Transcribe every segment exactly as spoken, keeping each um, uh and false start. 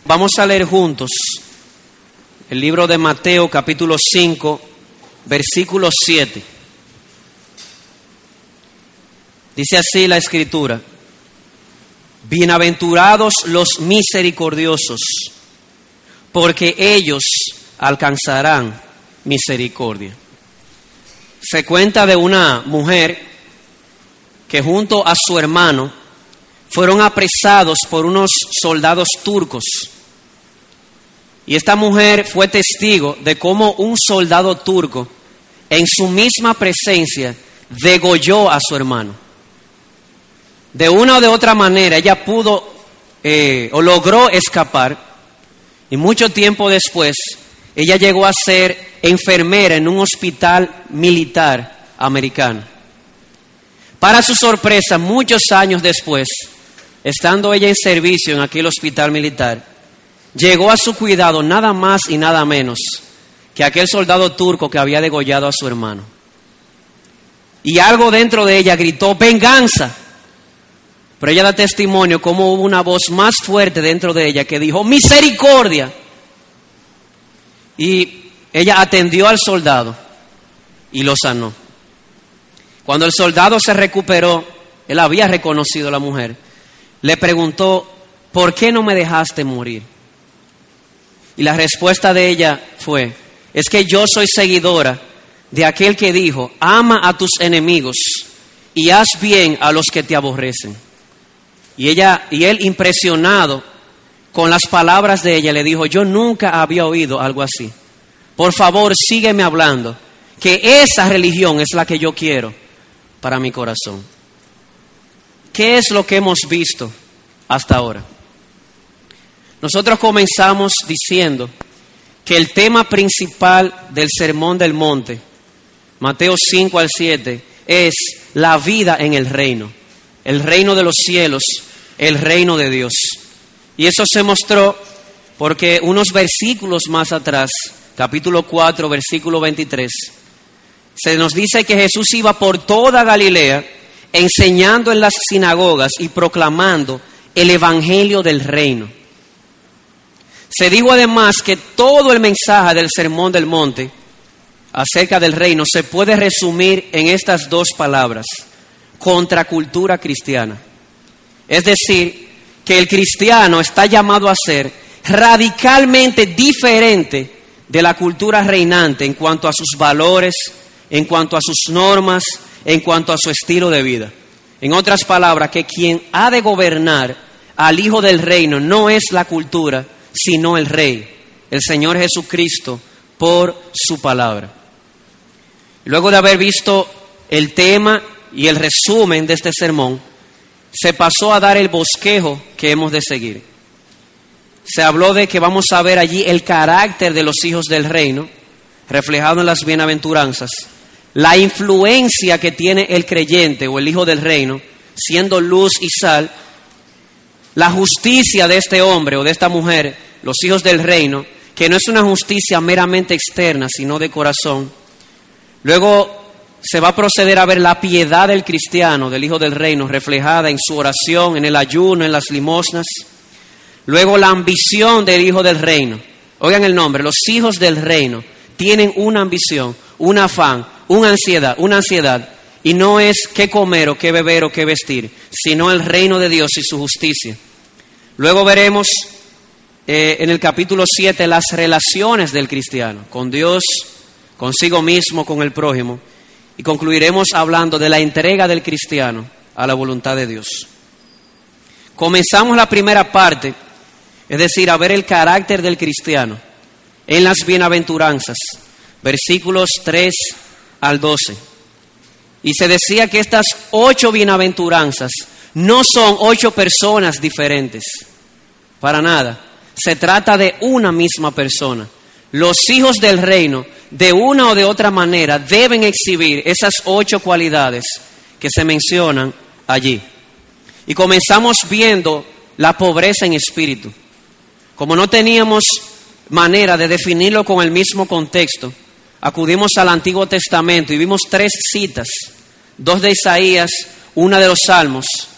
Vamos a leer juntos el libro de Mateo, capítulo cinco, versículo siete. Dice así la Escritura: bienaventurados los misericordiosos, porque ellos alcanzarán misericordia. Se cuenta de una mujer que junto a su hermano fueron apresados por unos soldados turcos. Y esta mujer fue testigo de cómo un soldado turco, en su misma presencia, degolló a su hermano. De una o de otra manera, ella pudo eh, o logró escapar, y mucho tiempo después, ella llegó a ser enfermera en un hospital militar americano. Para su sorpresa, muchos años después, estando ella en servicio en aquel hospital militar, llegó a su cuidado nada más y nada menos que aquel soldado turco que había degollado a su hermano. Y algo dentro de ella gritó: ¡venganza! Pero ella da testimonio cómo hubo una voz más fuerte dentro de ella que dijo: ¡misericordia! Y ella atendió al soldado y lo sanó. Cuando el soldado se recuperó, él había reconocido a la mujer. Le preguntó: ¿por qué no me dejaste morir? Y la respuesta de ella fue: es que yo soy seguidora de aquel que dijo: ama a tus enemigos y haz bien a los que te aborrecen. Y ella, y él, impresionado con las palabras de ella, le dijo: yo nunca había oído algo así. Por favor, sígueme hablando, que esa religión es la que yo quiero para mi corazón. ¿Qué es lo que hemos visto hasta ahora? Nosotros comenzamos diciendo que el tema principal del Sermón del Monte, Mateo cinco al siete, es la vida en el reino, el reino de los cielos, el reino de Dios. Y eso se mostró porque unos versículos más atrás, capítulo cuatro, versículo veintitrés, se nos dice que Jesús iba por toda Galilea, enseñando en las sinagogas y proclamando el evangelio del reino. Se dijo además que todo el mensaje del Sermón del Monte acerca del reino se puede resumir en estas dos palabras: contracultura cristiana. Es decir, que el cristiano está llamado a ser radicalmente diferente de la cultura reinante en cuanto a sus valores, en cuanto a sus normas, en cuanto a su estilo de vida. En otras palabras, que quien ha de gobernar al Hijo del Reino no es la cultura, sino el Rey, el Señor Jesucristo, por su palabra. Luego de haber visto el tema y el resumen de este sermón, se pasó a dar el bosquejo que hemos de seguir. Se habló de que vamos a ver allí el carácter de los hijos del reino, reflejado en las bienaventuranzas, la influencia que tiene el creyente o el hijo del reino, siendo luz y sal, la justicia de este hombre o de esta mujer, los hijos del reino, que no es una justicia meramente externa, sino de corazón. Luego se va a proceder a ver la piedad del cristiano, del hijo del reino, reflejada en su oración, en el ayuno, en las limosnas. Luego la ambición del hijo del reino. Oigan el nombre: los hijos del reino tienen una ambición, un afán, una ansiedad, una ansiedad, y no es qué comer o qué beber o qué vestir, sino el reino de Dios y su justicia. Luego veremos eh, en el capítulo siete las relaciones del cristiano con Dios, consigo mismo, con el prójimo, y concluiremos hablando de la entrega del cristiano a la voluntad de Dios. Comenzamos la primera parte, es decir, a ver el carácter del cristiano en las bienaventuranzas, versículos tres al doce. Y se decía que estas ocho bienaventuranzas no son ocho personas diferentes, para nada. Se trata de una misma persona. Los hijos del reino, de una o de otra manera, deben exhibir esas ocho cualidades que se mencionan allí. Y comenzamos viendo la pobreza en espíritu. Como no teníamos manera de definirlo con el mismo contexto, acudimos al Antiguo Testamento y vimos tres citas, dos de Isaías, una de los Salmos,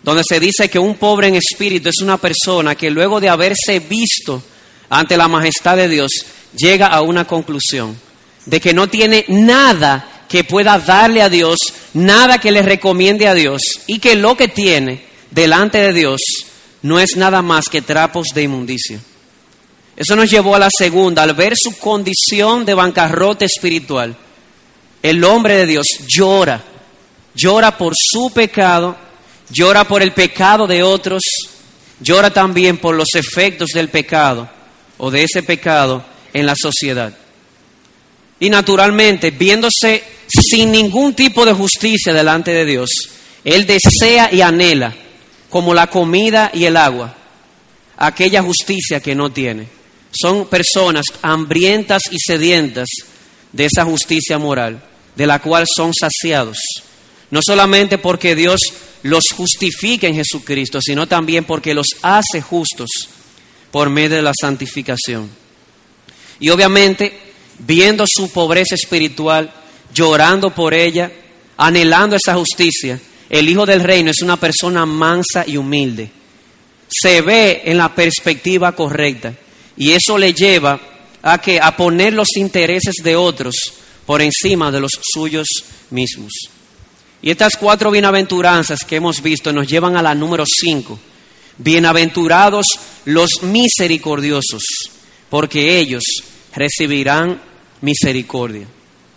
donde se dice que un pobre en espíritu es una persona que luego de haberse visto ante la majestad de Dios, llega a una conclusión de que no tiene nada que pueda darle a Dios, nada que le recomiende a Dios, y que lo que tiene delante de Dios no es nada más que trapos de inmundicia. Eso nos llevó a la segunda. Al ver su condición de bancarrota espiritual, el hombre de Dios llora, llora por su pecado, llora por el pecado de otros, llora también por los efectos del pecado o de ese pecado en la sociedad. Y naturalmente, viéndose sin ningún tipo de justicia delante de Dios, él desea y anhela, como la comida y el agua, aquella justicia que no tiene. Son personas hambrientas y sedientas de esa justicia moral, de la cual son saciados. No solamente porque Dios los justifica en Jesucristo, sino también porque los hace justos por medio de la santificación. Y obviamente, viendo su pobreza espiritual, llorando por ella, anhelando esa justicia, el Hijo del Reino es una persona mansa y humilde. Se ve en la perspectiva correcta y eso le lleva a que a poner los intereses de otros por encima de los suyos mismos. Y estas cuatro bienaventuranzas que hemos visto nos llevan a la número cinco. Bienaventurados los misericordiosos, porque ellos recibirán misericordia.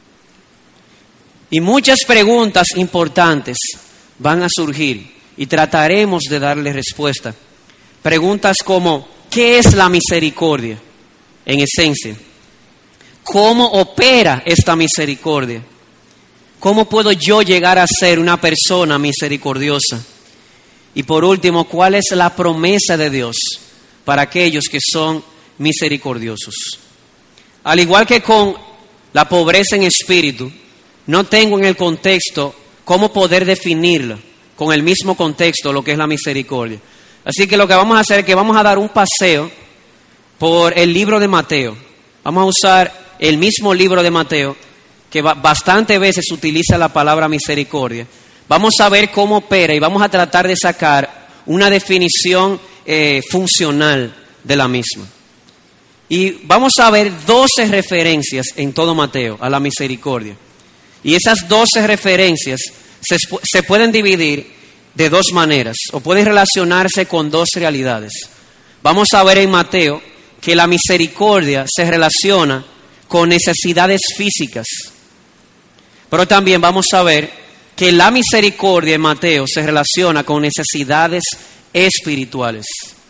Y muchas preguntas importantes van a surgir y trataremos de darle respuesta. Preguntas como, ¿qué es la misericordia en esencia? ¿Cómo opera esta misericordia? ¿Cómo puedo yo llegar a ser una persona misericordiosa? Y por último, ¿cuál es la promesa de Dios para aquellos que son misericordiosos? Al igual que con la pobreza en espíritu, no tengo en el contexto cómo poder definirla con el mismo contexto lo que es la misericordia. Así que lo que vamos a hacer es que vamos a dar un paseo por el libro de Mateo. Vamos a usar el mismo libro de Mateo, que bastantes veces utiliza la palabra misericordia. Vamos a ver cómo opera y vamos a tratar de sacar una definición eh, funcional de la misma. Y vamos a ver doce referencias en todo Mateo a la misericordia. Y esas doce referencias se, se pueden dividir de dos maneras, o pueden relacionarse con dos realidades. Vamos a ver en Mateo que la misericordia se relaciona con necesidades físicas. Pero también vamos a ver que la misericordia en Mateo se relaciona con necesidades espirituales.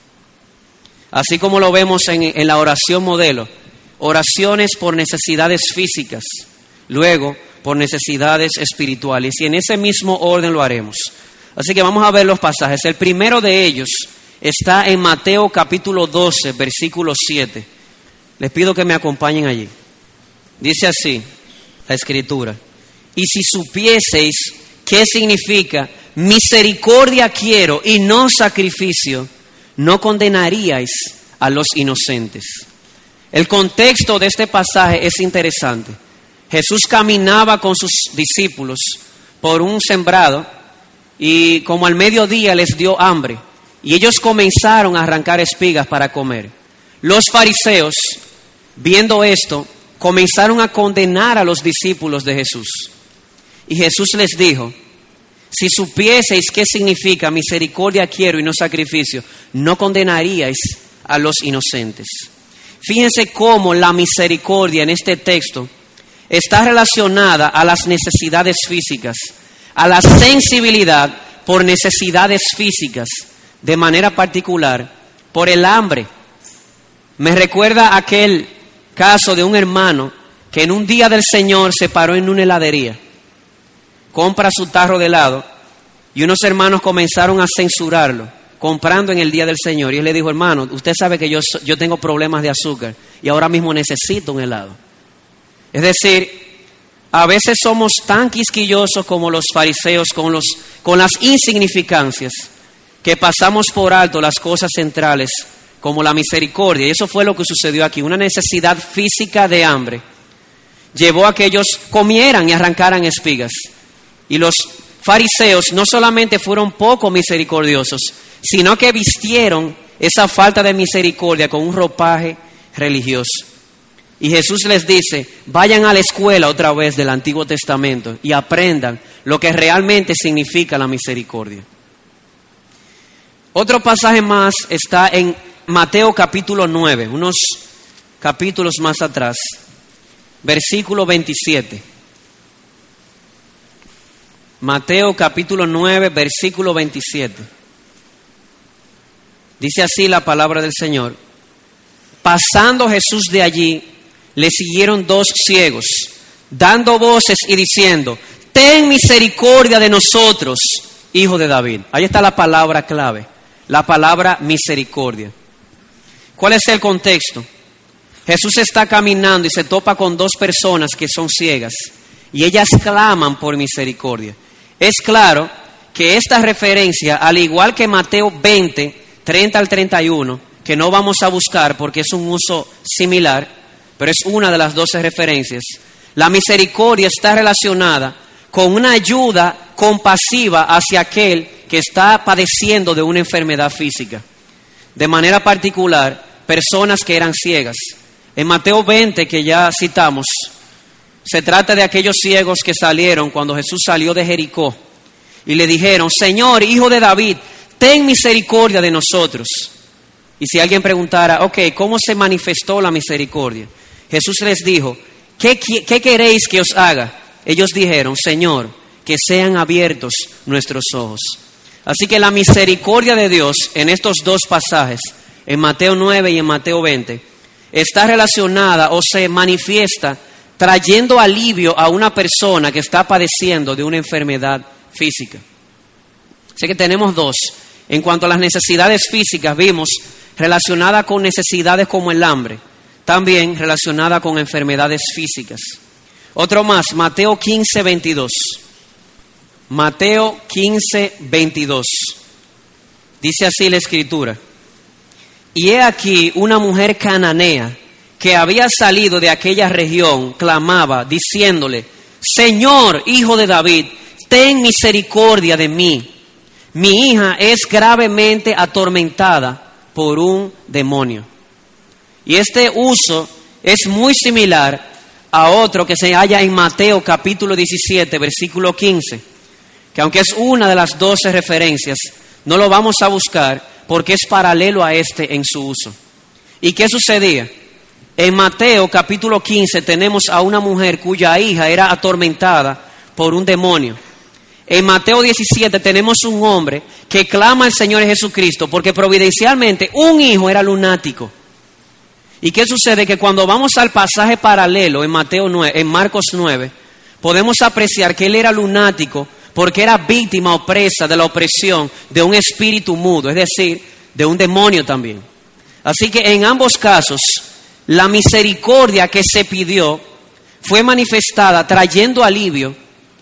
Así como lo vemos en, en la oración modelo, oraciones por necesidades físicas, luego por necesidades espirituales, y en ese mismo orden lo haremos. Así que vamos a ver los pasajes. El primero de ellos está en Mateo capítulo doce, versículo siete. Les pido que me acompañen allí. Dice así la Escritura: y si supieseis qué significa misericordia quiero y no sacrificio, no condenaríais a los inocentes. El contexto de este pasaje es interesante. Jesús caminaba con sus discípulos por un sembrado y como al mediodía les dio hambre y ellos comenzaron a arrancar espigas para comer. Los fariseos, viendo esto, comenzaron a condenar a los discípulos de Jesús. Y Jesús les dijo: si supieseis qué significa misericordia quiero y no sacrificio, no condenaríais a los inocentes. Fíjense cómo la misericordia en este texto está relacionada a las necesidades físicas, a la sensibilidad por necesidades físicas, de manera particular por el hambre. Me recuerda aquel caso de un hermano que en un día del Señor se paró en una heladería, compra su tarro de helado y unos hermanos comenzaron a censurarlo, comprando en el día del Señor. Y él le dijo: hermano, usted sabe que yo, yo tengo problemas de azúcar y ahora mismo necesito un helado. Es decir, a veces somos tan quisquillosos como los fariseos con, los, con las insignificancias, que pasamos por alto las cosas centrales como la misericordia. Y eso fue lo que sucedió aquí. Una necesidad física de hambre llevó a que ellos comieran y arrancaran espigas. Y los fariseos no solamente fueron poco misericordiosos, sino que vistieron esa falta de misericordia con un ropaje religioso. Y Jesús les dice, vayan a la escuela otra vez del Antiguo Testamento y aprendan lo que realmente significa la misericordia. Otro pasaje más está en Mateo capítulo nueve, unos capítulos más atrás, versículo veintisiete. Mateo capítulo nueve, versículo veintisiete. Dice así la palabra del Señor. Pasando Jesús de allí, le siguieron dos ciegos, dando voces y diciendo, ten misericordia de nosotros, hijo de David. Ahí está la palabra clave, la palabra misericordia. ¿Cuál es el contexto? Jesús está caminando y se topa con dos personas que son ciegas y ellas claman por misericordia. Es claro que esta referencia, al igual que Mateo veinte, treinta al treinta y uno, que no vamos a buscar porque es un uso similar, pero es una de las doce referencias, la misericordia está relacionada con una ayuda compasiva hacia aquel que está padeciendo de una enfermedad física. De manera particular, personas que eran ciegas. En Mateo veinte, que ya citamos, se trata de aquellos ciegos que salieron cuando Jesús salió de Jericó y le dijeron, Señor, hijo de David, ten misericordia de nosotros. Y si alguien preguntara, ok, ¿cómo se manifestó la misericordia? Jesús les dijo, ¿qué, qué queréis que os haga? Ellos dijeron, Señor, que sean abiertos nuestros ojos. Así que la misericordia de Dios en estos dos pasajes, en Mateo nueve y en Mateo veinte, está relacionada o se manifiesta trayendo alivio a una persona que está padeciendo de una enfermedad física. Así que tenemos dos. En cuanto a las necesidades físicas, vimos relacionada con necesidades como el hambre, también relacionada con enfermedades físicas. Otro más, Mateo quince, veintidós. Mateo quince, veintidós. Dice así la Escritura. Y he aquí una mujer cananea que había salido de aquella región, clamaba, diciéndole, Señor, hijo de David, ten misericordia de mí. Mi hija es gravemente atormentada por un demonio. Y este uso es muy similar a otro que se halla en Mateo capítulo diecisiete, versículo quince, que aunque es una de las doce referencias, no lo vamos a buscar porque es paralelo a este en su uso. ¿Y qué sucedía? En Mateo capítulo quince tenemos a una mujer cuya hija era atormentada por un demonio. En Mateo diecisiete tenemos un hombre que clama al Señor Jesucristo porque providencialmente un hijo era lunático. ¿Y qué sucede? Que cuando vamos al pasaje paralelo en Mateo nueve, en Marcos nueve, podemos apreciar que él era lunático porque era víctima o presa de la opresión de un espíritu mudo, es decir, de un demonio también. Así que en ambos casos, la misericordia que se pidió fue manifestada trayendo alivio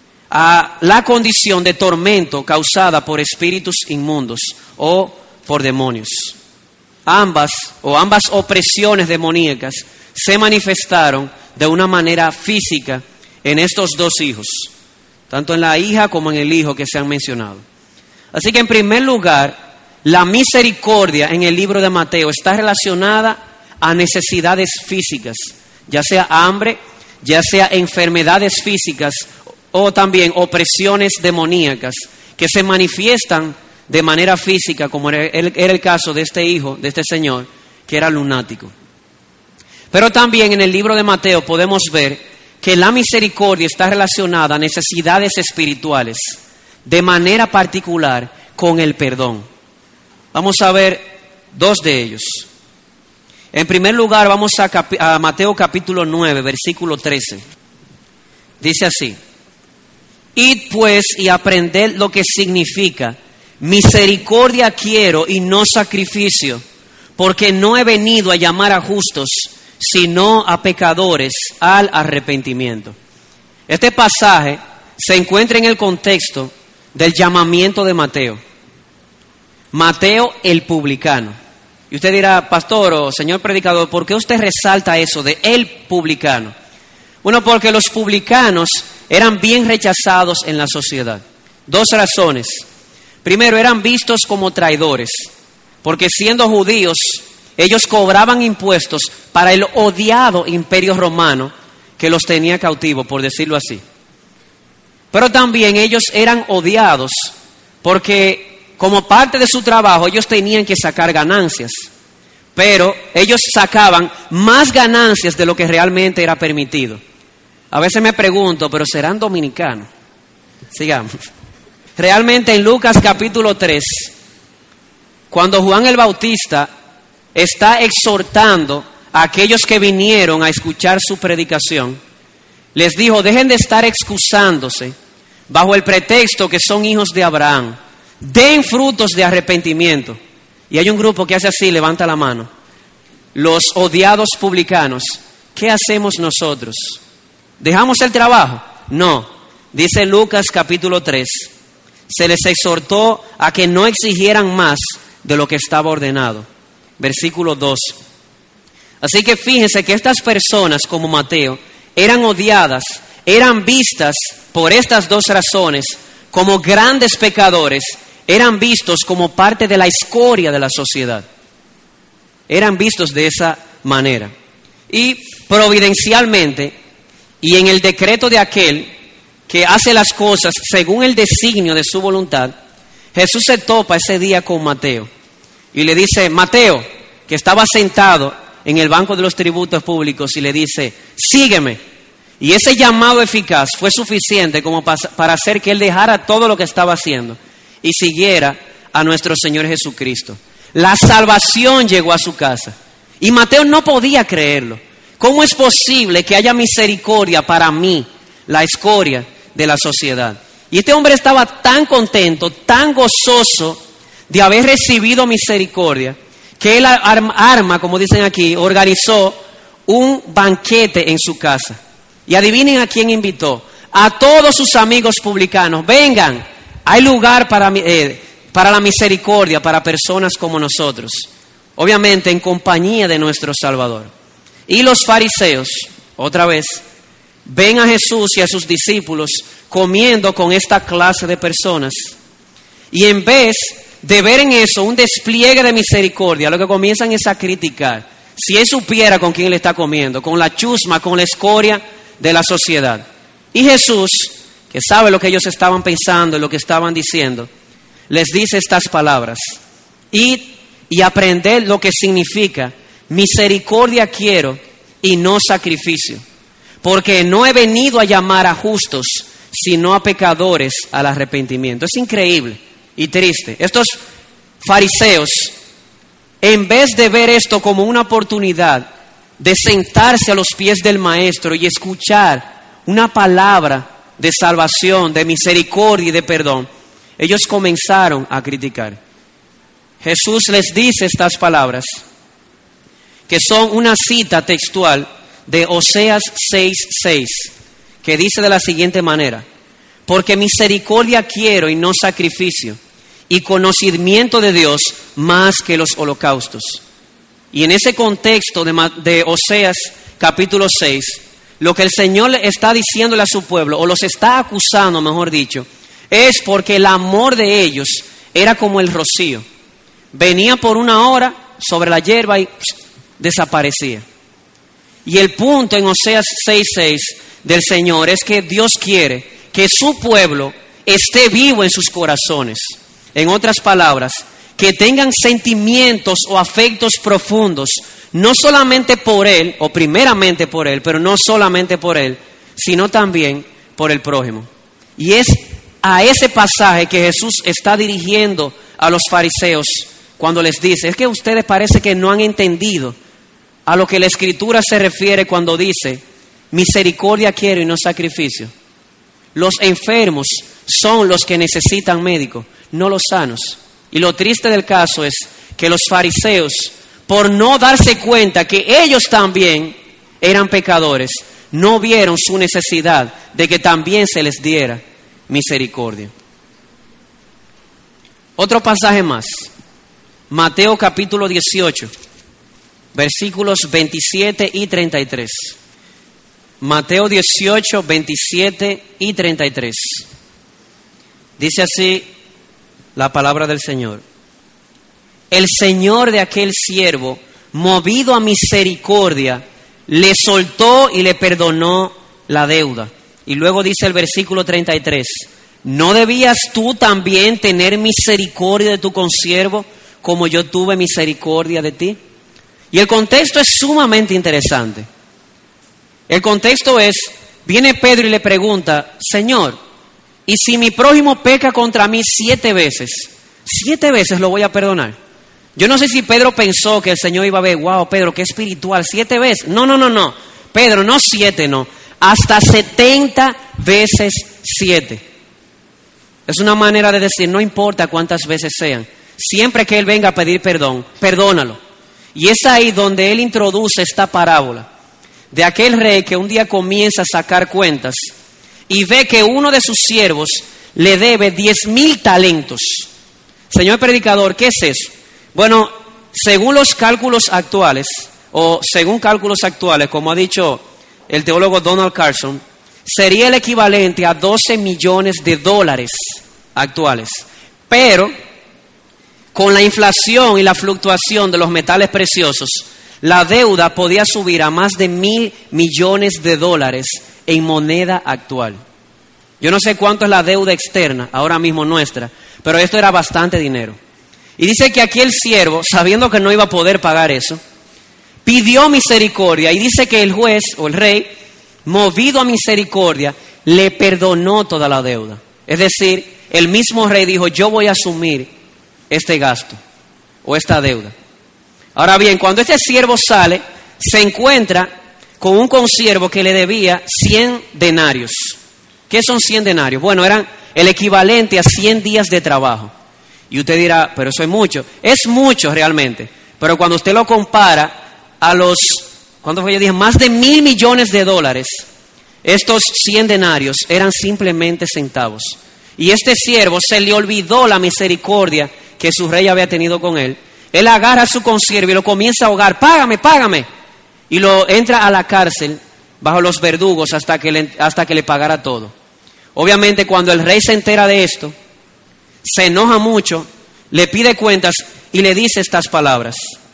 a la condición de tormento causada por espíritus inmundos o por demonios. Ambas o ambas opresiones demoníacas se manifestaron de una manera física en estos dos hijos, tanto en la hija como en el hijo que se han mencionado. Así que en primer lugar, la misericordia en el libro de Mateo está relacionada a necesidades físicas, ya sea hambre, ya sea enfermedades físicas o también opresiones demoníacas que se manifiestan de manera física, como era el caso de este hijo, de este señor, que era lunático. Pero también en el libro de Mateo podemos ver que la misericordia está relacionada a necesidades espirituales, de manera particular con el perdón. Vamos a ver dos de ellos. En primer lugar, vamos a, capi- a Mateo capítulo nueve, versículo trece. Dice así: Id pues y aprended lo que significa misericordia quiero y no sacrificio, porque no he venido a llamar a justos, sino a pecadores al arrepentimiento. Este pasaje se encuentra en el contexto del llamamiento de Mateo. Mateo el publicano. Y usted dirá, pastor o señor predicador, ¿por qué usted resalta eso de el publicano? Bueno, porque los publicanos eran bien rechazados en la sociedad. Dos razones. Primero, eran vistos como traidores, porque siendo judíos, ellos cobraban impuestos para el odiado imperio romano que los tenía cautivos, por decirlo así. Pero también ellos eran odiados porque como parte de su trabajo ellos tenían que sacar ganancias, pero ellos sacaban más ganancias de lo que realmente era permitido. A veces me pregunto, ¿pero serán dominicanos? Sigamos. Realmente en Lucas capítulo tres, cuando Juan el Bautista está exhortando a aquellos que vinieron a escuchar su predicación, les dijo, dejen de estar excusándose bajo el pretexto que son hijos de Abraham, den frutos de arrepentimiento. Y hay un grupo que hace así, levanta la mano, los odiados publicanos. ¿Qué hacemos nosotros? ¿Dejamos el trabajo? No, dice Lucas capítulo tres, se les exhortó a que no exigieran más de lo que estaba ordenado. Versículo dos. Así que fíjense que estas personas como Mateo eran odiadas, eran vistas por estas dos razones como grandes pecadores, eran vistos como parte de la escoria de la sociedad. Eran vistos de esa manera. Y providencialmente, y en el decreto de aquel que hace las cosas según el designio de su voluntad, Jesús se topa ese día con Mateo y le dice, Mateo, que estaba sentado en el banco de los tributos públicos, y le dice, sígueme. Y ese llamado eficaz fue suficiente como para hacer que él dejara todo lo que estaba haciendo y siguiera a nuestro Señor Jesucristo. La salvación llegó a su casa y Mateo no podía creerlo. ¿Cómo es posible que haya misericordia para mí, la escoria de la sociedad? Y este hombre estaba tan contento, tan gozoso de haber recibido misericordia, que él arma, como dicen aquí, organizó un banquete en su casa. Y adivinen a quién invitó. A todos sus amigos publicanos. Vengan, hay lugar para, eh, para la misericordia, para personas como nosotros. Obviamente en compañía de nuestro Salvador. Y los fariseos, otra vez, ven a Jesús y a sus discípulos comiendo con esta clase de personas. Y en vez de ver en eso un despliegue de misericordia, lo que comienzan es a criticar. Si él supiera con quién él está comiendo, con la chusma, con la escoria de la sociedad. Y Jesús, que sabe lo que ellos estaban pensando y lo que estaban diciendo, les dice estas palabras: id y aprended lo que significa misericordia quiero y no sacrificio, porque no he venido a llamar a justos, sino a pecadores al arrepentimiento. Es increíble y triste. Estos fariseos, en vez de ver esto como una oportunidad de sentarse a los pies del Maestro y escuchar una palabra de salvación, de misericordia y de perdón, ellos comenzaron a criticar. Jesús les dice estas palabras, que son una cita textual de Oseas seis seis, que dice de la siguiente manera: porque misericordia quiero y no sacrificio, y conocimiento de Dios más que los holocaustos. Y en ese contexto de, de Oseas capítulo seis, lo que el Señor le está diciéndole a su pueblo, o los está acusando, mejor dicho, es porque el amor de ellos era como el rocío. Venía por una hora sobre la hierba y pss, desaparecía. Y el punto en Oseas seis seis del Señor es que Dios quiere que su pueblo esté vivo en sus corazones. En otras palabras, que tengan sentimientos o afectos profundos, no solamente por Él, o primeramente por Él, pero no solamente por Él, sino también por el prójimo. Y es a ese pasaje que Jesús está dirigiendo a los fariseos cuando les dice, es que ustedes parece que no han entendido a lo que la Escritura se refiere cuando dice, misericordia quiero y no sacrificio. Los enfermos son los que necesitan médico, no los sanos. Y lo triste del caso es que los fariseos, por no darse cuenta que ellos también eran pecadores, no vieron su necesidad de que también se les diera misericordia. Otro pasaje más, Mateo capítulo dieciocho, versículos veintisiete y treinta y tres. Mateo dieciocho, veintisiete y treinta y tres. Dice así la palabra del Señor. El Señor de aquel siervo, movido a misericordia, le soltó y le perdonó la deuda. Y luego dice el versículo treinta y tres, ¿no debías tú también tener misericordia de tu consiervo como yo tuve misericordia de ti? Y el contexto es sumamente interesante. El contexto es, viene Pedro y le pregunta, Señor, ¿y si mi prójimo peca contra mí siete veces? ¿Siete veces lo voy a perdonar? Yo no sé si Pedro pensó que el Señor iba a ver, wow, Pedro, qué espiritual, siete veces. No, no, no, no. Pedro, no siete, no. Hasta setenta veces siete. Es una manera de decir, no importa cuántas veces sean. Siempre que Él venga a pedir perdón, perdónalo. Y es ahí donde Él introduce esta parábola de aquel rey que un día comienza a sacar cuentas y ve que uno de sus siervos le debe diez mil talentos. Señor predicador, ¿qué es eso? Bueno, según los cálculos actuales, o según cálculos actuales, como ha dicho el teólogo Donald Carson, sería el equivalente a doce millones de dólares actuales. Pero, con la inflación y la fluctuación de los metales preciosos, la deuda podía subir a más de mil millones de dólares en moneda actual. Yo no sé cuánto es la deuda externa, ahora mismo nuestra, pero esto era bastante dinero. Y dice que aquí el siervo, sabiendo que no iba a poder pagar eso, pidió misericordia y dice que el juez o el rey, movido a misericordia, le perdonó toda la deuda. Es decir, el mismo rey dijo, yo voy a asumir este gasto o esta deuda. Ahora bien, cuando este siervo sale, se encuentra con un consiervo que le debía cien denarios. ¿Qué son cien denarios? Bueno, eran el equivalente a cien días de trabajo. Y usted dirá, pero eso es mucho. Es mucho realmente, pero cuando usted lo compara a los, ¿cuánto fue? Yo dije, más de mil millones de dólares, estos cien denarios eran simplemente centavos. Y este siervo se le olvidó la misericordia que su rey había tenido con él. Él agarra a su consiervo y lo comienza a ahogar, págame, págame. Y lo entra a la cárcel bajo los verdugos hasta que le, hasta que le pagara todo. Obviamente cuando el rey se entera de esto, se enoja mucho, le pide cuentas y le dice estas palabras.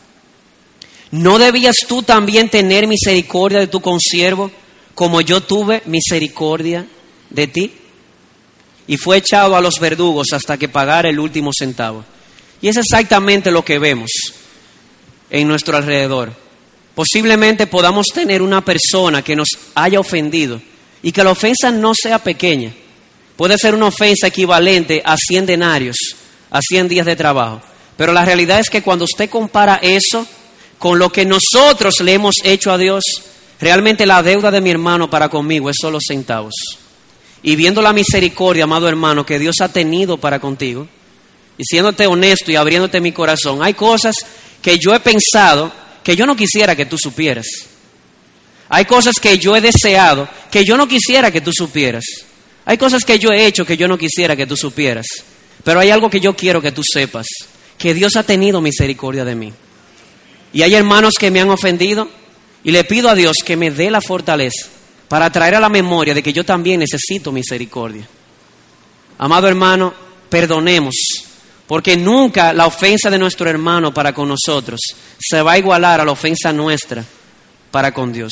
¿No debías tú también tener misericordia de tu consiervo como yo tuve misericordia de ti? Y fue echado a los verdugos hasta que pagara el último centavo. Y es exactamente lo que vemos en nuestro alrededor. Posiblemente podamos tener una persona que nos haya ofendido y que la ofensa no sea pequeña. Puede ser una ofensa equivalente a cien denarios, a cien días de trabajo. Pero la realidad es que cuando usted compara eso con lo que nosotros le hemos hecho a Dios, realmente la deuda de mi hermano para conmigo es solo centavos. Y viendo la misericordia, amado hermano, que Dios ha tenido para contigo, y siéndote honesto y abriéndote mi corazón, hay cosas que yo he pensado que yo no quisiera que tú supieras. Hay cosas que yo he deseado que yo no quisiera que tú supieras. Hay cosas que yo he hecho que yo no quisiera que tú supieras. Pero hay algo que yo quiero que tú sepas, que Dios ha tenido misericordia de mí. Y hay hermanos que me han ofendido y le pido a Dios que me dé la fortaleza para traer a la memoria de que yo también necesito misericordia. Amado hermano, perdonemos, porque nunca la ofensa de nuestro hermano para con nosotros se va a igualar a la ofensa nuestra para con Dios.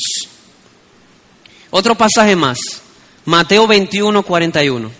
Otro pasaje más, Mateo veintiuno, cuarenta y uno.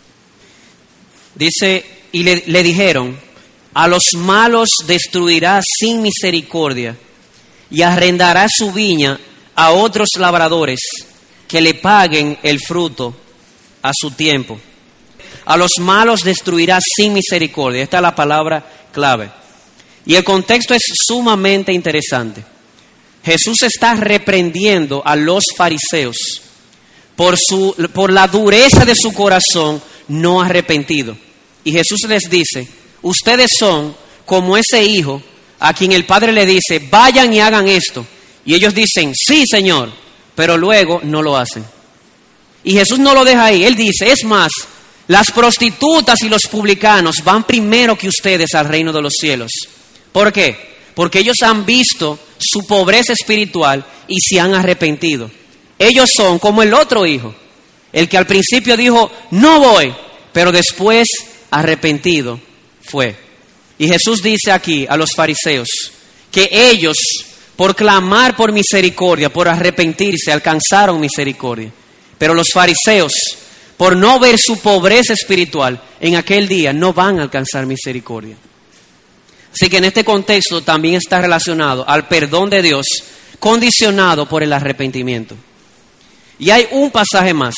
Dice, y le, le dijeron, a los malos destruirá sin misericordia y arrendará su viña a otros labradores que le paguen el fruto a su tiempo. A los malos destruirá sin misericordia. Esta es la palabra clave. Y el contexto es sumamente interesante. Jesús está reprendiendo a los fariseos por, su, por la dureza de su corazón no arrepentido. Y Jesús les dice, ustedes son como ese hijo a quien el padre le dice, vayan y hagan esto. Y ellos dicen, sí, Señor, pero luego no lo hacen. Y Jesús no lo deja ahí. Él dice, es más, las prostitutas y los publicanos van primero que ustedes al reino de los cielos. ¿Por qué? Porque ellos han visto su pobreza espiritual y se han arrepentido. Ellos son como el otro hijo, el que al principio dijo, no voy, pero después arrepentido fue. Y Jesús dice aquí a los fariseos que ellos, por clamar por misericordia, por arrepentirse, alcanzaron misericordia. Pero los fariseos, por no ver su pobreza espiritual, en aquel día no van a alcanzar misericordia. Así que en este contexto también está relacionado al perdón de Dios, condicionado por el arrepentimiento. Y hay un pasaje más,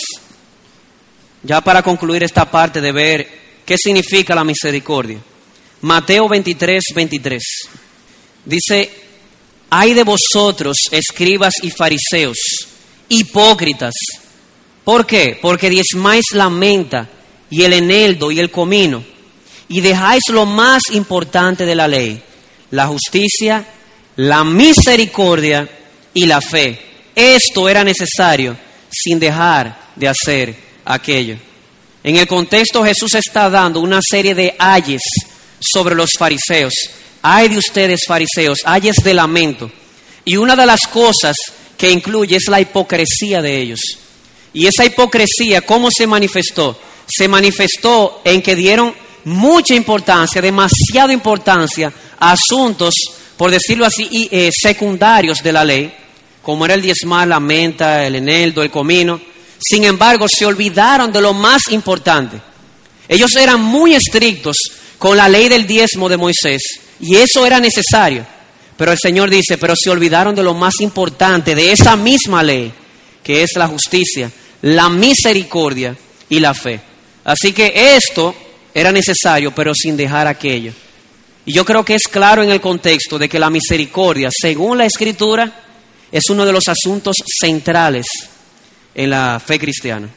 ya para concluir esta parte de ver qué significa la misericordia. Mateo veintitrés, veintitrés. Dice: ay de vosotros, escribas y fariseos, hipócritas. ¿Por qué? Porque diezmáis la menta y el eneldo y el comino, y dejáis lo más importante de la ley, la justicia, la misericordia y la fe. Esto era necesario sin dejar de hacer aquello. En el contexto, Jesús está dando una serie de ayes sobre los fariseos. Ay de ustedes, fariseos, ayes de lamento. Y una de las cosas que incluye es la hipocresía de ellos. Y esa hipocresía, ¿cómo se manifestó? Se manifestó en que dieron mucha importancia, demasiada importancia, a asuntos, por decirlo así, y, eh, secundarios de la ley, como era el diezmar, la menta, el eneldo, el comino. Sin embargo, se olvidaron de lo más importante. Ellos eran muy estrictos con la ley del diezmo de Moisés, y eso era necesario. Pero el Señor dice, pero se olvidaron de lo más importante de esa misma ley, que es la justicia, la misericordia y la fe. Así que esto era necesario, pero sin dejar aquello. Y yo creo que es claro en el contexto de que la misericordia, según la Escritura, es uno de los asuntos centrales en la fe cristiana.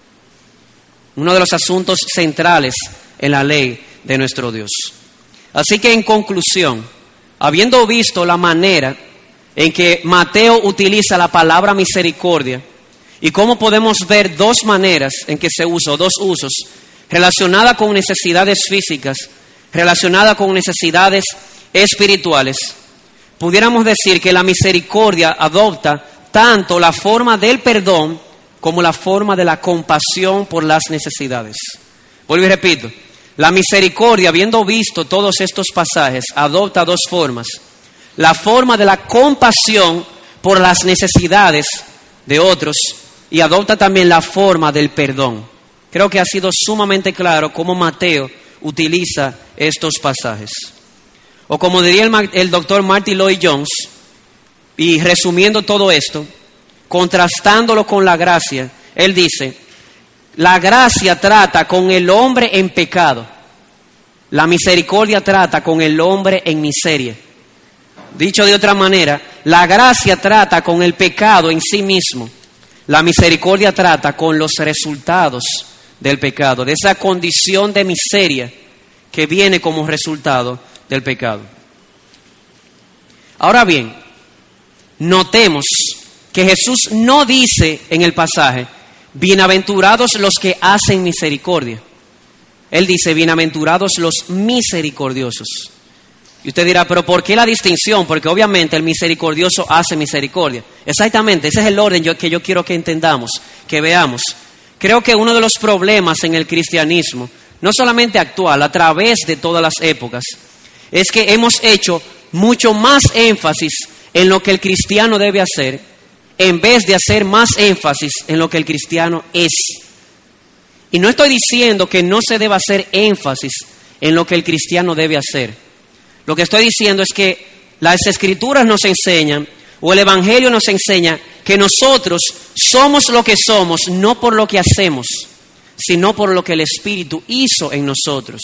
Uno de los asuntos centrales en la ley de nuestro Dios. Así que en conclusión, habiendo visto la manera en que Mateo utiliza la palabra misericordia y cómo podemos ver dos maneras en que se usa, dos usos, relacionada con necesidades físicas, relacionada con necesidades espirituales, pudiéramos decir que la misericordia adopta tanto la forma del perdón como la forma de la compasión por las necesidades. Vuelvo y repito, la misericordia, habiendo visto todos estos pasajes, adopta dos formas. La forma de la compasión por las necesidades de otros y adopta también la forma del perdón. Creo que ha sido sumamente claro cómo Mateo utiliza estos pasajes. O como diría el, el doctor Martin Lloyd Jones, y resumiendo todo esto, contrastándolo con la gracia, él dice: la gracia trata con el hombre en pecado, la misericordia trata con el hombre en miseria. Dicho de otra manera, la gracia trata con el pecado en sí mismo, la misericordia trata con los resultados del pecado, de esa condición de miseria que viene como resultado del pecado. Ahora bien, notemos que Jesús no dice en el pasaje: bienaventurados los que hacen misericordia. Él dice: bienaventurados los misericordiosos. Y usted dirá, pero ¿por qué la distinción? Porque obviamente el misericordioso hace misericordia. Exactamente, ese es el orden yo, que yo quiero que entendamos, que veamos. Creo que uno de los problemas en el cristianismo, no solamente actual, a través de todas las épocas, es que hemos hecho mucho más énfasis en lo que el cristiano debe hacer, en vez de hacer más énfasis en lo que el cristiano es. Y no estoy diciendo que no se deba hacer énfasis en lo que el cristiano debe hacer. Lo que estoy diciendo es que las Escrituras nos enseñan, o el Evangelio nos enseña, que nosotros somos lo que somos, no por lo que hacemos, sino por lo que el Espíritu hizo en nosotros.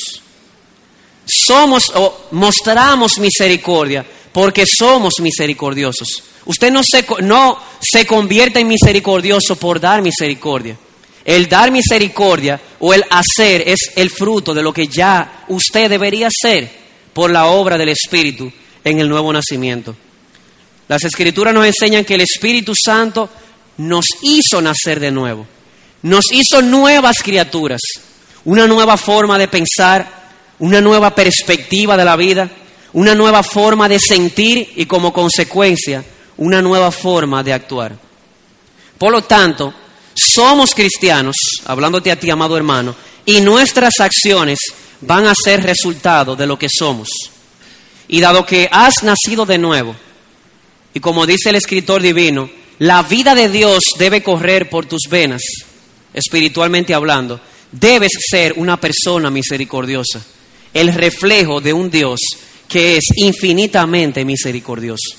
Somos o mostramos misericordia porque somos misericordiosos. Usted no se, no se convierte en misericordioso por dar misericordia. El dar misericordia o el hacer es el fruto de lo que ya usted debería hacer por la obra del Espíritu en el nuevo nacimiento. Las Escrituras nos enseñan que el Espíritu Santo nos hizo nacer de nuevo. Nos hizo nuevas criaturas, una nueva forma de pensar, una nueva perspectiva de la vida, una nueva forma de sentir y como consecuencia, una nueva forma de actuar. Por lo tanto, somos cristianos, hablándote a ti, amado hermano, y nuestras acciones van a ser resultado de lo que somos. Y dado que has nacido de nuevo, y como dice el escritor divino, la vida de Dios debe correr por tus venas, espiritualmente hablando, debes ser una persona misericordiosa, el reflejo de un Dios que es infinitamente misericordioso.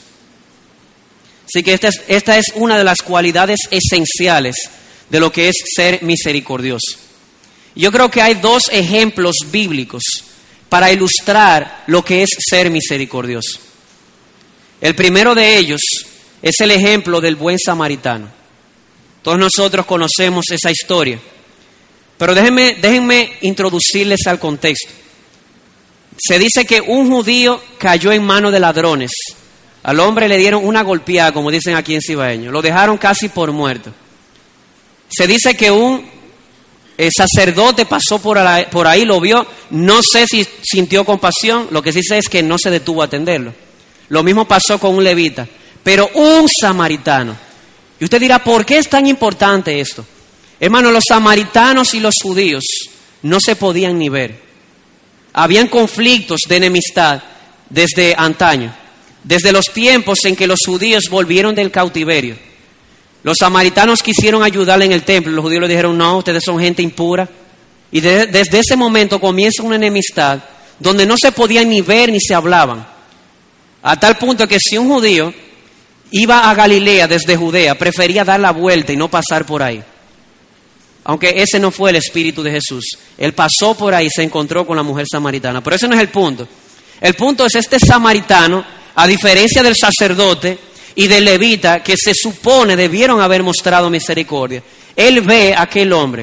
Así que esta es, esta es una de las cualidades esenciales de lo que es ser misericordioso. Yo creo que hay dos ejemplos bíblicos para ilustrar lo que es ser misericordioso. El primero de ellos es el ejemplo del buen samaritano. Todos nosotros conocemos esa historia, pero déjenme, déjenme introducirles al contexto. Se dice que un judío cayó en manos de ladrones. Al hombre le dieron una golpeada, como dicen aquí en cibaeño. Lo dejaron casi por muerto. Se dice que un eh, sacerdote pasó por ahí, por ahí, lo vio. No sé si sintió compasión. Lo que sí sé es que no se detuvo a atenderlo. Lo mismo pasó con un levita. Pero un samaritano. Y usted dirá, ¿por qué es tan importante esto? Hermano, los samaritanos y los judíos no se podían ni ver. Habían conflictos de enemistad desde antaño. Desde los tiempos en que los judíos volvieron del cautiverio. Los samaritanos quisieron ayudarle en el templo. Los judíos le dijeron, no, ustedes son gente impura. Y de, desde ese momento comienza una enemistad donde no se podían ni ver ni se hablaban. A tal punto que si un judío iba a Galilea desde Judea, prefería dar la vuelta y no pasar por ahí. Aunque ese no fue el espíritu de Jesús. Él pasó por ahí y se encontró con la mujer samaritana. Pero ese no es el punto. El punto es este samaritano, a diferencia del sacerdote y del levita, que se supone debieron haber mostrado misericordia, él ve a aquel hombre,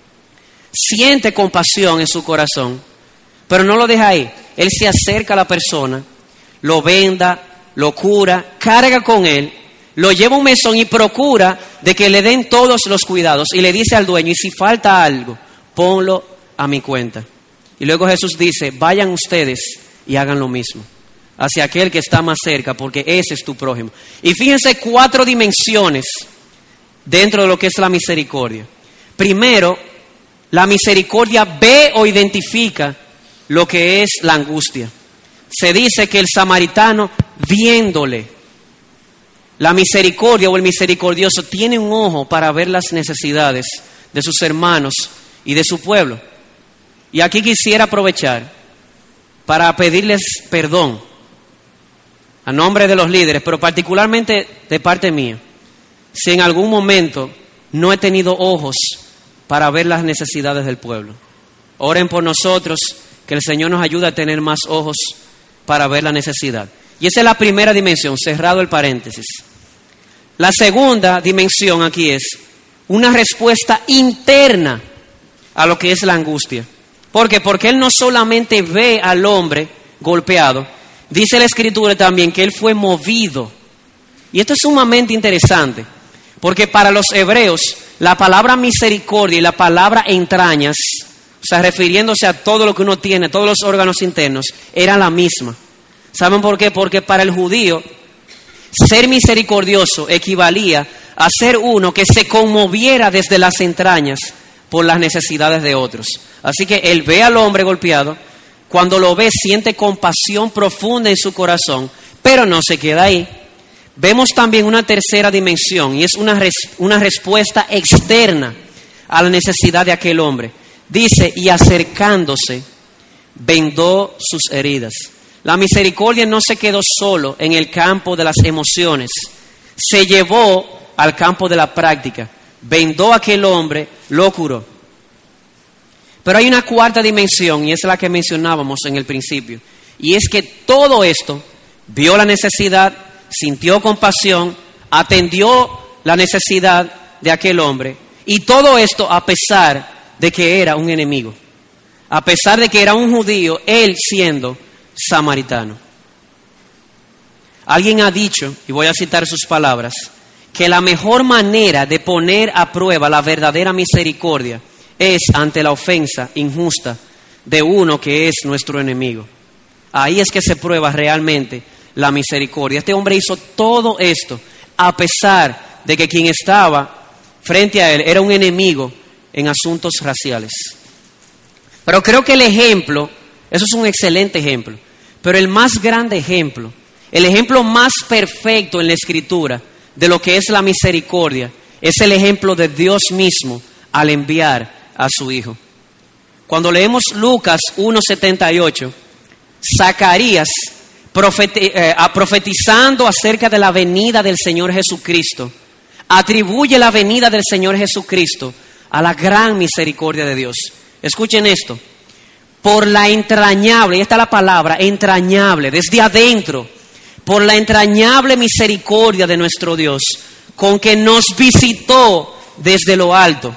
siente compasión en su corazón, pero no lo deja ahí. Él se acerca a la persona, lo venda, lo cura, carga con él, lo lleva a un mesón y procura de que le den todos los cuidados. Y le dice al dueño, y si falta algo, ponlo a mi cuenta. Y luego Jesús dice, vayan ustedes y hagan lo mismo hacia aquel que está más cerca, porque ese es tu prójimo. Y fíjense cuatro dimensiones dentro de lo que es la misericordia. Primero, la misericordia ve o identifica lo que es la angustia. Se dice que el samaritano, viéndole, la misericordia o el misericordioso tiene un ojo para ver las necesidades de sus hermanos y de su pueblo. Y aquí quisiera aprovechar para pedirles perdón a nombre de los líderes, pero particularmente de parte mía, si en algún momento no he tenido ojos para ver las necesidades del pueblo. Oren por nosotros, que el Señor nos ayude a tener más ojos para ver la necesidad. Y esa es la primera dimensión, cerrado el paréntesis. La segunda dimensión aquí es una respuesta interna a lo que es la angustia. ¿Por qué? Porque Él no solamente ve al hombre golpeado, dice la Escritura también que Él fue movido. Y esto es sumamente interesante, porque para los hebreos la palabra misericordia y la palabra entrañas, o sea, refiriéndose a todo lo que uno tiene, todos los órganos internos, era la misma. ¿Saben por qué? Porque para el judío ser misericordioso equivalía a ser uno que se conmoviera desde las entrañas por las necesidades de otros. Así que él ve al hombre golpeado, cuando lo ve siente compasión profunda en su corazón, pero no se queda ahí. Vemos también una tercera dimensión y es una, res, una respuesta externa a la necesidad de aquel hombre. Dice, y acercándose, vendó sus heridas. La misericordia no se quedó solo en el campo de las emociones, se llevó al campo de la práctica. Vendó a aquel hombre, lo curó. Pero hay una cuarta dimensión y es la que mencionábamos en el principio. Y es que todo esto, vio la necesidad, sintió compasión, atendió la necesidad de aquel hombre. Y todo esto a pesar de que era un enemigo. A pesar de que era un judío, él siendo samaritano. Alguien ha dicho, y voy a citar sus palabras, que la mejor manera de poner a prueba la verdadera misericordia es ante la ofensa injusta de uno que es nuestro enemigo. Ahí es que se prueba realmente la misericordia. Este hombre hizo todo esto a pesar de que quien estaba frente a él era un enemigo en asuntos raciales. Pero creo que el ejemplo, eso es un excelente ejemplo, pero el más grande ejemplo, el ejemplo más perfecto en la Escritura de lo que es la misericordia, es el ejemplo de Dios mismo al enviar a su Hijo. Cuando leemos Lucas uno setenta y ocho, Zacarías profeti- eh, profetizando acerca de la venida del Señor Jesucristo, atribuye la venida del Señor Jesucristo a la gran misericordia de Dios. Escuchen esto: por la entrañable, y esta es la palabra, entrañable, desde adentro, por la entrañable misericordia de nuestro Dios, con que nos visitó desde lo alto,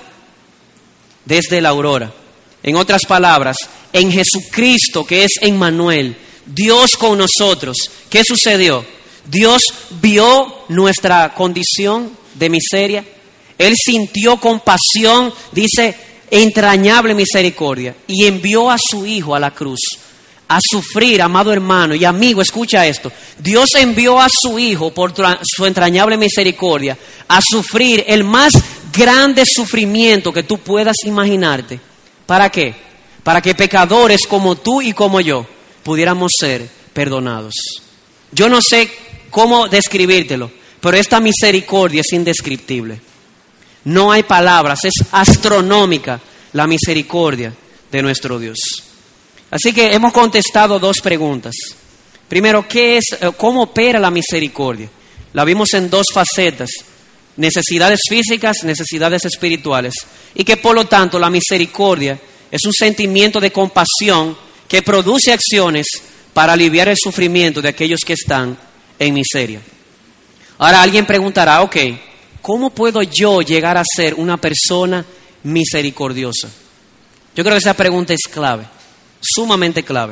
desde la aurora. En otras palabras, en Jesucristo, que es Emmanuel, Dios con nosotros. ¿Qué sucedió? Dios vio nuestra condición de miseria, Él sintió compasión, dice, entrañable misericordia, y envió a su Hijo a la cruz a sufrir, amado hermano y amigo, escucha esto. Dios envió a su Hijo por tra- su entrañable misericordia a sufrir el más grande sufrimiento que tú puedas imaginarte. ¿Para qué? Para que pecadores como tú y como yo pudiéramos ser perdonados. Yo no sé cómo describírtelo, pero esta misericordia es indescriptible. No hay palabras, es astronómica la misericordia de nuestro Dios. Así que hemos contestado dos preguntas. Primero, ¿qué es, cómo opera la misericordia? La vimos en dos facetas: necesidades físicas, necesidades espirituales, y que por lo tanto la misericordia es un sentimiento de compasión que produce acciones para aliviar el sufrimiento de aquellos que están en miseria. Ahora alguien preguntará, ok, ¿cómo puedo yo llegar a ser una persona misericordiosa? Yo creo que esa pregunta es clave, sumamente clave.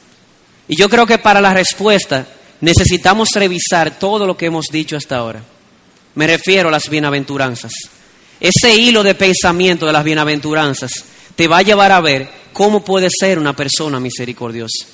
Y yo creo que para la respuesta necesitamos revisar todo lo que hemos dicho hasta ahora. Me refiero a las bienaventuranzas. Ese hilo de pensamiento de las bienaventuranzas te va a llevar a ver cómo puede ser una persona misericordiosa.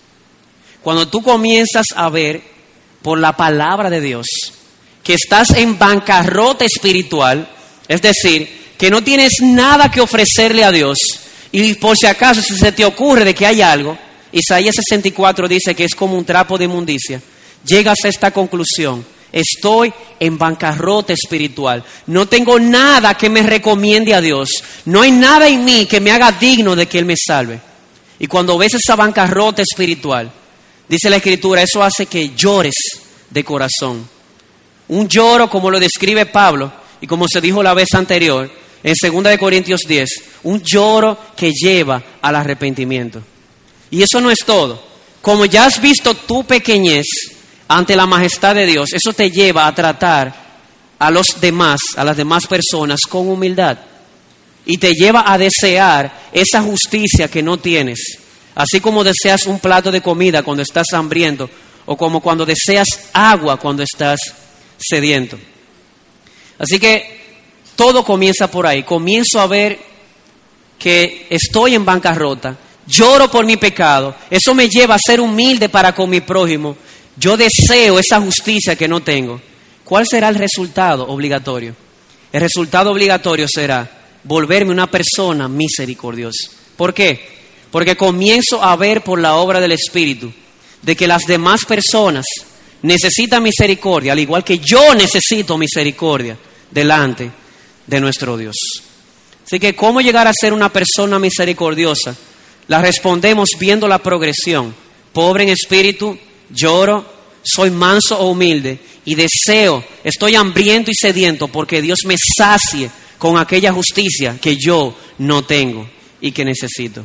Cuando tú comienzas a ver por la palabra de Dios que estás en bancarrota espiritual, es decir, que no tienes nada que ofrecerle a Dios, y por si acaso si se te ocurre de que hay algo, Isaías sesenta y cuatro dice que es como un trapo de inmundicia, llegas a esta conclusión: estoy en bancarrota espiritual, no tengo nada que me recomiende a Dios, no hay nada en mí que me haga digno de que Él me salve. Y cuando ves esa bancarrota espiritual, dice la Escritura, eso hace que llores de corazón. Un lloro como lo describe Pablo y como se dijo la vez anterior en segunda de Corintios diez, un lloro que lleva al arrepentimiento. Y eso no es todo. Como ya has visto tu pequeñez ante la majestad de Dios, eso te lleva a tratar a los demás, a las demás personas con humildad, y te lleva a desear esa justicia que no tienes, así como deseas un plato de comida cuando estás hambriento, o como cuando deseas agua cuando estás sediento. Así que todo comienza por ahí. Comienzo a ver que estoy en bancarrota, lloro por mi pecado, eso me lleva a ser humilde para con mi prójimo. Yo deseo esa justicia que no tengo. ¿Cuál será el resultado obligatorio? El resultado obligatorio será volverme una persona misericordiosa. ¿Por qué? Porque comienzo a ver por la obra del Espíritu de que las demás personas necesitan misericordia, al igual que yo necesito misericordia delante de nuestro Dios. Así que, ¿cómo llegar a ser una persona misericordiosa? La respondemos viendo la progresión: pobre en espíritu, lloro, soy manso o humilde y deseo, estoy hambriento y sediento porque Dios me sacie con aquella justicia que yo no tengo y que necesito.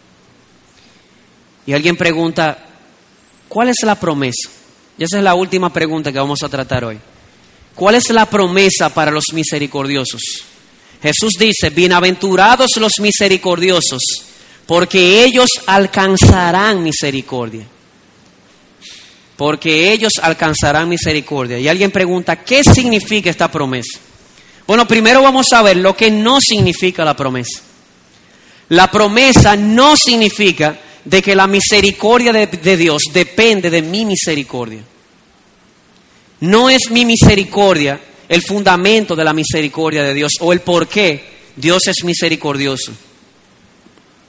Y alguien pregunta, ¿cuál es la promesa? Y esa es la última pregunta que vamos a tratar hoy. ¿Cuál es la promesa para los misericordiosos? Jesús dice, bienaventurados los misericordiosos, porque ellos alcanzarán misericordia. Porque ellos alcanzarán misericordia. Y alguien pregunta, ¿qué significa esta promesa? Bueno, primero vamos a ver lo que no significa la promesa. La promesa no significa de que la misericordia de, de Dios depende de mi misericordia. No es mi misericordia el fundamento de la misericordia de Dios o el por qué Dios es misericordioso.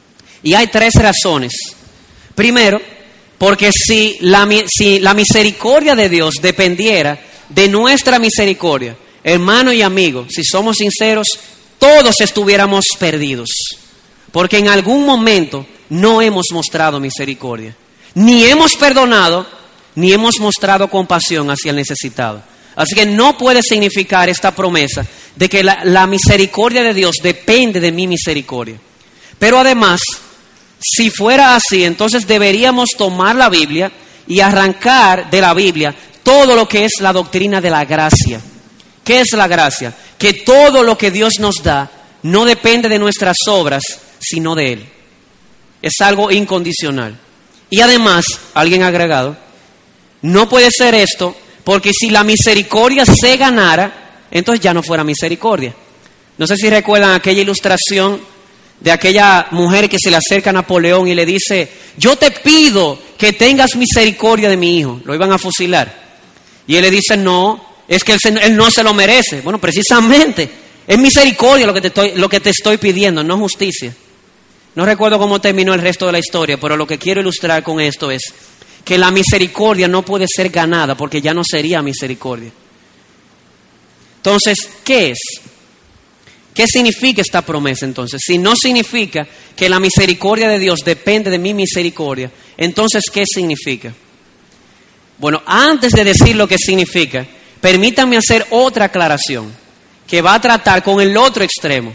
Y hay tres razones. Primero, porque si la, si la misericordia de Dios dependiera de nuestra misericordia, hermano y amigo, si somos sinceros, todos estuviéramos perdidos. Porque en algún momento no hemos mostrado misericordia. Ni hemos perdonado, ni hemos mostrado compasión hacia el necesitado. Así que no puede significar esta promesa de que la, la misericordia de Dios depende de mi misericordia. Pero además, si fuera así, entonces deberíamos tomar la Biblia y arrancar de la Biblia todo lo que es la doctrina de la gracia. ¿Qué es la gracia? Que todo lo que Dios nos da no depende de nuestras obras, sino de Él. Es algo incondicional. Y además, alguien ha agregado, no puede ser esto porque si la misericordia se ganara, entonces ya no fuera misericordia. No sé si recuerdan aquella ilustración de aquella mujer que se le acerca a Napoleón y le dice, yo te pido que tengas misericordia de mi hijo. Lo iban a fusilar. Y él le dice, no, es que él, se, él no se lo merece. Bueno, precisamente, es misericordia lo que, te estoy, lo que te estoy pidiendo, no justicia. No recuerdo cómo terminó el resto de la historia, pero lo que quiero ilustrar con esto es que la misericordia no puede ser ganada porque ya no sería misericordia. Entonces, ¿qué es? ¿Qué significa esta promesa entonces? Si no significa que la misericordia de Dios depende de mi misericordia, entonces, ¿qué significa? Bueno, antes de decir lo que significa, permítanme hacer otra aclaración que va a tratar con el otro extremo.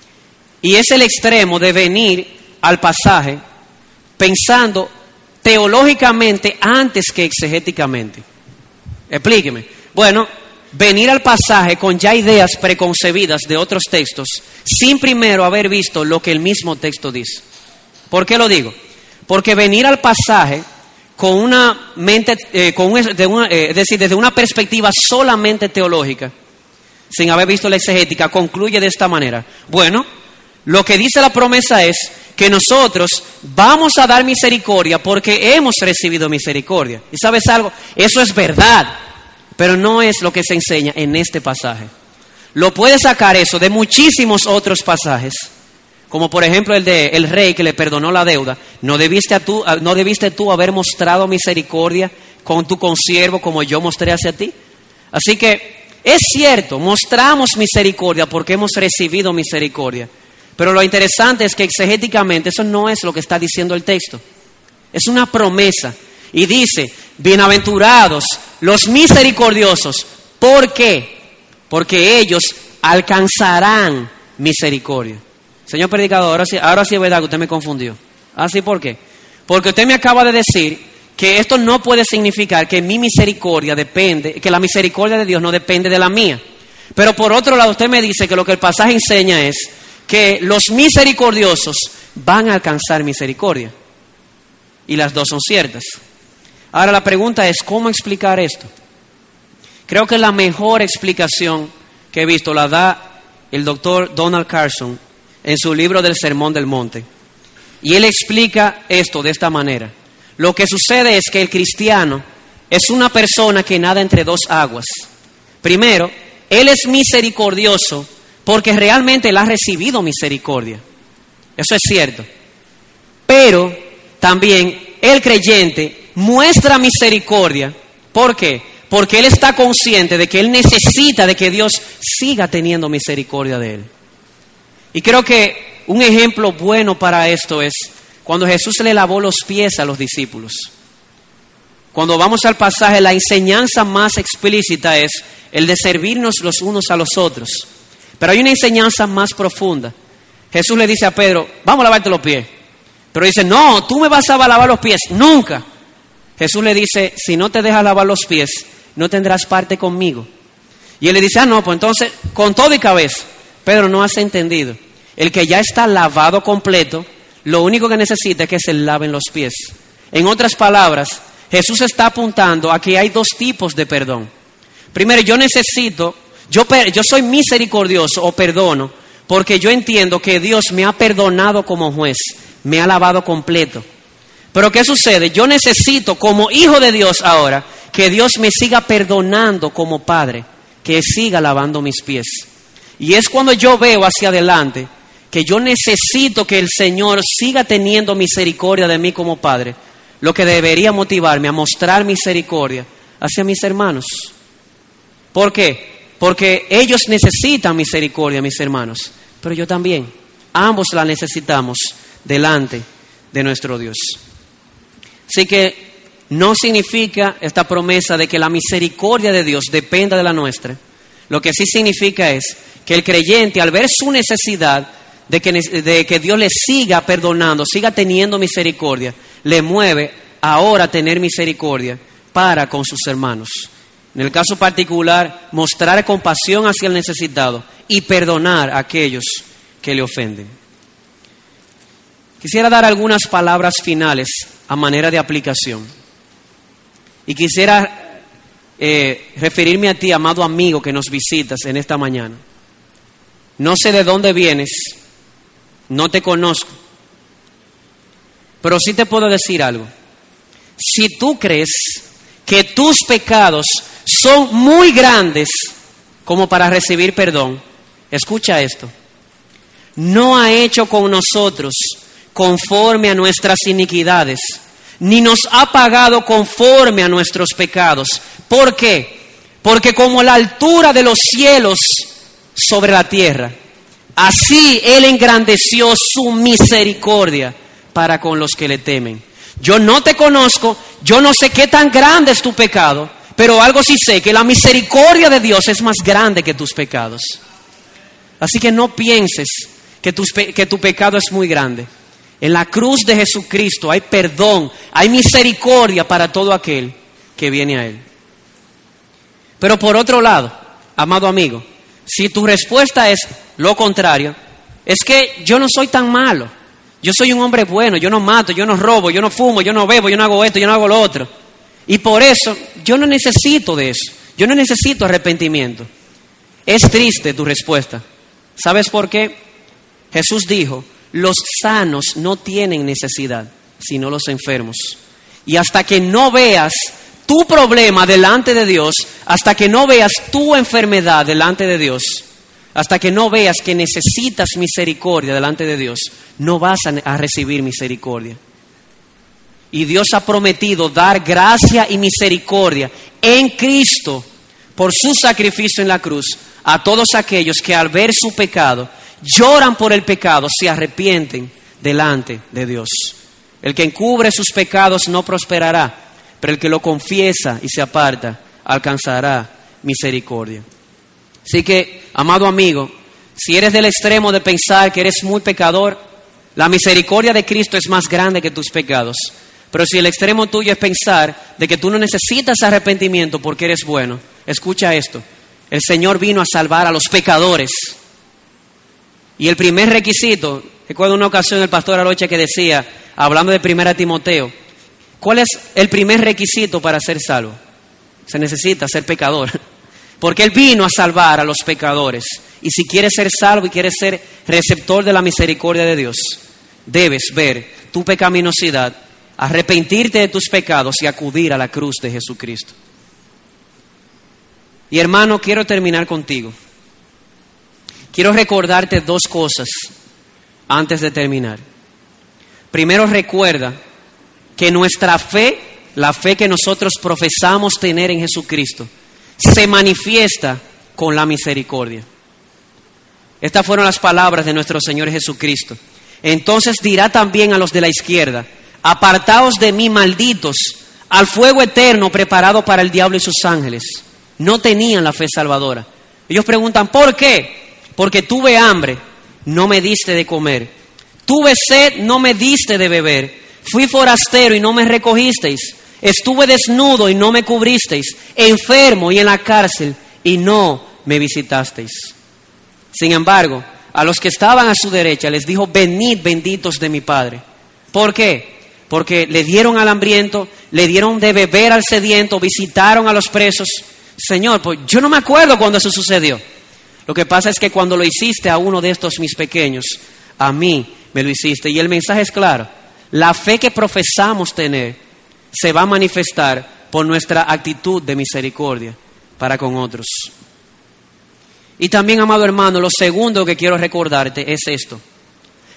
Y es el extremo de venir al pasaje pensando teológicamente antes que exegéticamente. Explíqueme. Bueno, venir al pasaje con ya ideas preconcebidas de otros textos sin primero haber visto lo que el mismo texto dice. ¿Por qué lo digo? Porque venir al pasaje con una mente, eh, con un, de una, eh, es decir, desde una perspectiva solamente teológica, sin haber visto la exegética, concluye de esta manera. Bueno, lo que dice la promesa es que nosotros vamos a dar misericordia porque hemos recibido misericordia. ¿Y sabes algo? Eso es verdad, pero no es lo que se enseña en este pasaje. Lo puedes sacar eso de muchísimos otros pasajes, como por ejemplo el de el rey que le perdonó la deuda. ¿No debiste tú, no debiste tú haber mostrado misericordia con tu consiervo como yo mostré hacia ti? Así que es cierto, mostramos misericordia porque hemos recibido misericordia. Pero lo interesante es que exegéticamente eso no es lo que está diciendo el texto. Es una promesa. Y dice, bienaventurados los misericordiosos. ¿Por qué? Porque ellos alcanzarán misericordia. Señor predicador, ahora sí, ahora sí es verdad que usted me confundió. ¿Ah, sí? ¿Por qué? Porque usted me acaba de decir que esto no puede significar que mi misericordia depende, que la misericordia de Dios no depende de la mía. Pero por otro lado usted me dice que lo que el pasaje enseña es que los misericordiosos van a alcanzar misericordia. Y las dos son ciertas. Ahora la pregunta es, ¿cómo explicar esto? Creo que la mejor explicación que he visto la da el doctor Donald Carson en su libro del Sermón del Monte. Y él explica esto de esta manera. Lo que sucede es que el cristiano es una persona que nada entre dos aguas. Primero, él es misericordioso porque realmente él ha recibido misericordia. Eso es cierto. Pero también el creyente muestra misericordia. ¿Por qué? Porque él está consciente de que él necesita de que Dios siga teniendo misericordia de él. Y creo que un ejemplo bueno para esto es cuando Jesús le lavó los pies a los discípulos. Cuando vamos al pasaje, la enseñanza más explícita es el de servirnos los unos a los otros. Pero hay una enseñanza más profunda. Jesús le dice a Pedro, vamos a lavarte los pies. Pero dice, no, tú me vas a lavar los pies, nunca. Jesús le dice, si no te dejas lavar los pies, no tendrás parte conmigo. Y él le dice, ah, no, pues entonces, con todo y cabeza. Pedro, no has entendido. El que ya está lavado completo, lo único que necesita es que se laven los pies. En otras palabras, Jesús está apuntando a que hay dos tipos de perdón. Primero, yo necesito, yo, yo soy misericordioso o perdono, porque yo entiendo que Dios me ha perdonado como juez, me ha lavado completo. Pero ¿qué sucede? Yo necesito como hijo de Dios ahora, que Dios me siga perdonando como padre, que siga lavando mis pies. Y es cuando yo veo hacia adelante que yo necesito que el Señor siga teniendo misericordia de mí como padre, lo que debería motivarme a mostrar misericordia hacia mis hermanos. ¿Por qué? Porque ellos necesitan misericordia, mis hermanos, pero yo también. Ambos la necesitamos delante de nuestro Dios. Así que no significa esta promesa de que la misericordia de Dios dependa de la nuestra. Lo que sí significa es que el creyente, al ver su necesidad de que, de que Dios le siga perdonando, siga teniendo misericordia, le mueve ahora a tener misericordia para con sus hermanos. En el caso particular, mostrar compasión hacia el necesitado y perdonar a aquellos que le ofenden. Quisiera dar algunas palabras finales a manera de aplicación. Y quisiera eh, referirme a ti, amado amigo que nos visitas en esta mañana. No sé de dónde vienes, no te conozco, pero sí te puedo decir algo. Si tú crees que tus pecados son muy grandes como para recibir perdón, escucha esto. No ha hecho con nosotros conforme a nuestras iniquidades, ni nos ha pagado conforme a nuestros pecados. ¿Por qué? Porque como la altura de los cielos sobre la tierra, así Él engrandeció su misericordia para con los que le temen. Yo no te conozco, yo no sé qué tan grande es tu pecado, pero algo sí sé, que la misericordia de Dios es más grande que tus pecados. Así que no pienses que, tus, que tu pecado es muy grande. En la cruz de Jesucristo hay perdón, hay misericordia para todo aquel que viene a Él. Pero por otro lado, amado amigo, si tu respuesta es lo contrario, es que yo no soy tan malo, yo soy un hombre bueno, yo no mato, yo no robo, yo no fumo, yo no bebo, yo no hago esto, yo no hago lo otro, y por eso yo no necesito de eso, yo no necesito arrepentimiento. Es triste tu respuesta. ¿Sabes por qué? Jesús dijo: los sanos no tienen necesidad, sino los enfermos. Y hasta que no veas tu problema delante de Dios, hasta que no veas tu enfermedad delante de Dios, hasta que no veas que necesitas misericordia delante de Dios, no vas a, a recibir misericordia. Y Dios ha prometido dar gracia y misericordia en Cristo por su sacrificio en la cruz a todos aquellos que al ver su pecado lloran por el pecado, se arrepienten delante de Dios. El que encubre sus pecados no prosperará, pero el que lo confiesa y se aparta alcanzará misericordia. Así que, amado amigo, si eres del extremo de pensar que eres muy pecador, la misericordia de Cristo es más grande que tus pecados. Pero si el extremo tuyo es pensar de que tú no necesitas arrepentimiento porque eres bueno, escucha esto: el Señor vino a salvar a los pecadores. Y el primer requisito, recuerdo una ocasión el pastor Aloche que decía, hablando de primera Timoteo, ¿cuál es el primer requisito para ser salvo? Se necesita ser pecador, porque Él vino a salvar a los pecadores. Y si quieres ser salvo y quieres ser receptor de la misericordia de Dios, debes ver tu pecaminosidad, arrepentirte de tus pecados y acudir a la cruz de Jesucristo. Y hermano, quiero terminar contigo. Quiero recordarte dos cosas antes de terminar. Primero, recuerda que nuestra fe, la fe que nosotros profesamos tener en Jesucristo, se manifiesta con la misericordia. Estas fueron las palabras de nuestro Señor Jesucristo. Entonces dirá también a los de la izquierda: apartaos de mí, malditos, al fuego eterno preparado para el diablo y sus ángeles. No tenían la fe salvadora. Ellos preguntan: ¿por qué? Porque tuve hambre, no me diste de comer. Tuve sed, no me diste de beber. Fui forastero y no me recogisteis. Estuve desnudo y no me cubristeis. Enfermo y en la cárcel y no me visitasteis. Sin embargo, a los que estaban a su derecha les dijo: venid, benditos de mi Padre. ¿Por qué? Porque le dieron al hambriento, le dieron de beber al sediento, visitaron a los presos. Señor, pues yo no me acuerdo cuando eso sucedió. Lo que pasa es que cuando lo hiciste a uno de estos mis pequeños, a mí me lo hiciste. Y el mensaje es claro: la fe que profesamos tener se va a manifestar por nuestra actitud de misericordia para con otros. Y también, amado hermano, lo segundo que quiero recordarte es esto: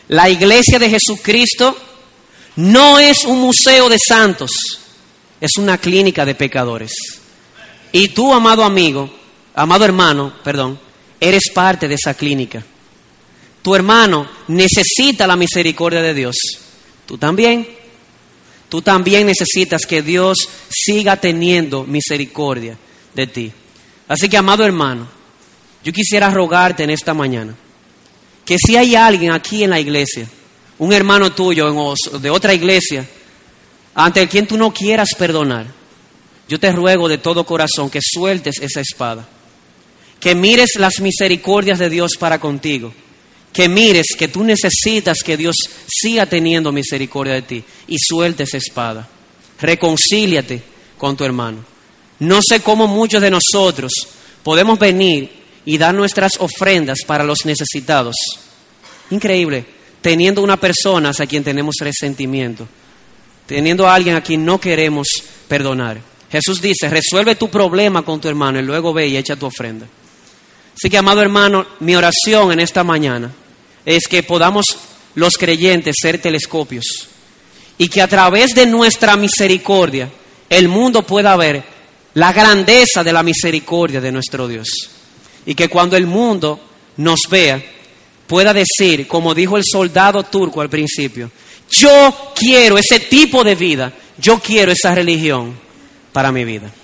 La iglesia de Jesucristo no es un museo de santos, es una clínica de pecadores. Y tú, amado amigo, amado hermano, perdón, eres parte de esa clínica. Tu hermano necesita la misericordia de Dios. Tú también. Tú también necesitas que Dios siga teniendo misericordia de ti. Así que, amado hermano, yo quisiera rogarte en esta mañana que si hay alguien aquí en la iglesia, un hermano tuyo o de otra iglesia, ante el quien tú no quieras perdonar, yo te ruego de todo corazón que sueltes esa espada, que mires las misericordias de Dios para contigo, que mires que tú necesitas que Dios siga teniendo misericordia de ti y sueltes esa espada. Reconcíliate con tu hermano. No sé cómo muchos de nosotros podemos venir y dar nuestras ofrendas para los necesitados. Increíble, teniendo una persona a quien tenemos resentimiento, teniendo a alguien a quien no queremos perdonar. Jesús dice, resuelve tu problema con tu hermano y luego ve y echa tu ofrenda. Así que, amado hermano, mi oración en esta mañana es que podamos los creyentes ser telescopios y que a través de nuestra misericordia el mundo pueda ver la grandeza de la misericordia de nuestro Dios. Y que cuando el mundo nos vea, pueda decir, como dijo el soldado turco al principio, yo quiero ese tipo de vida, yo quiero esa religión para mi vida.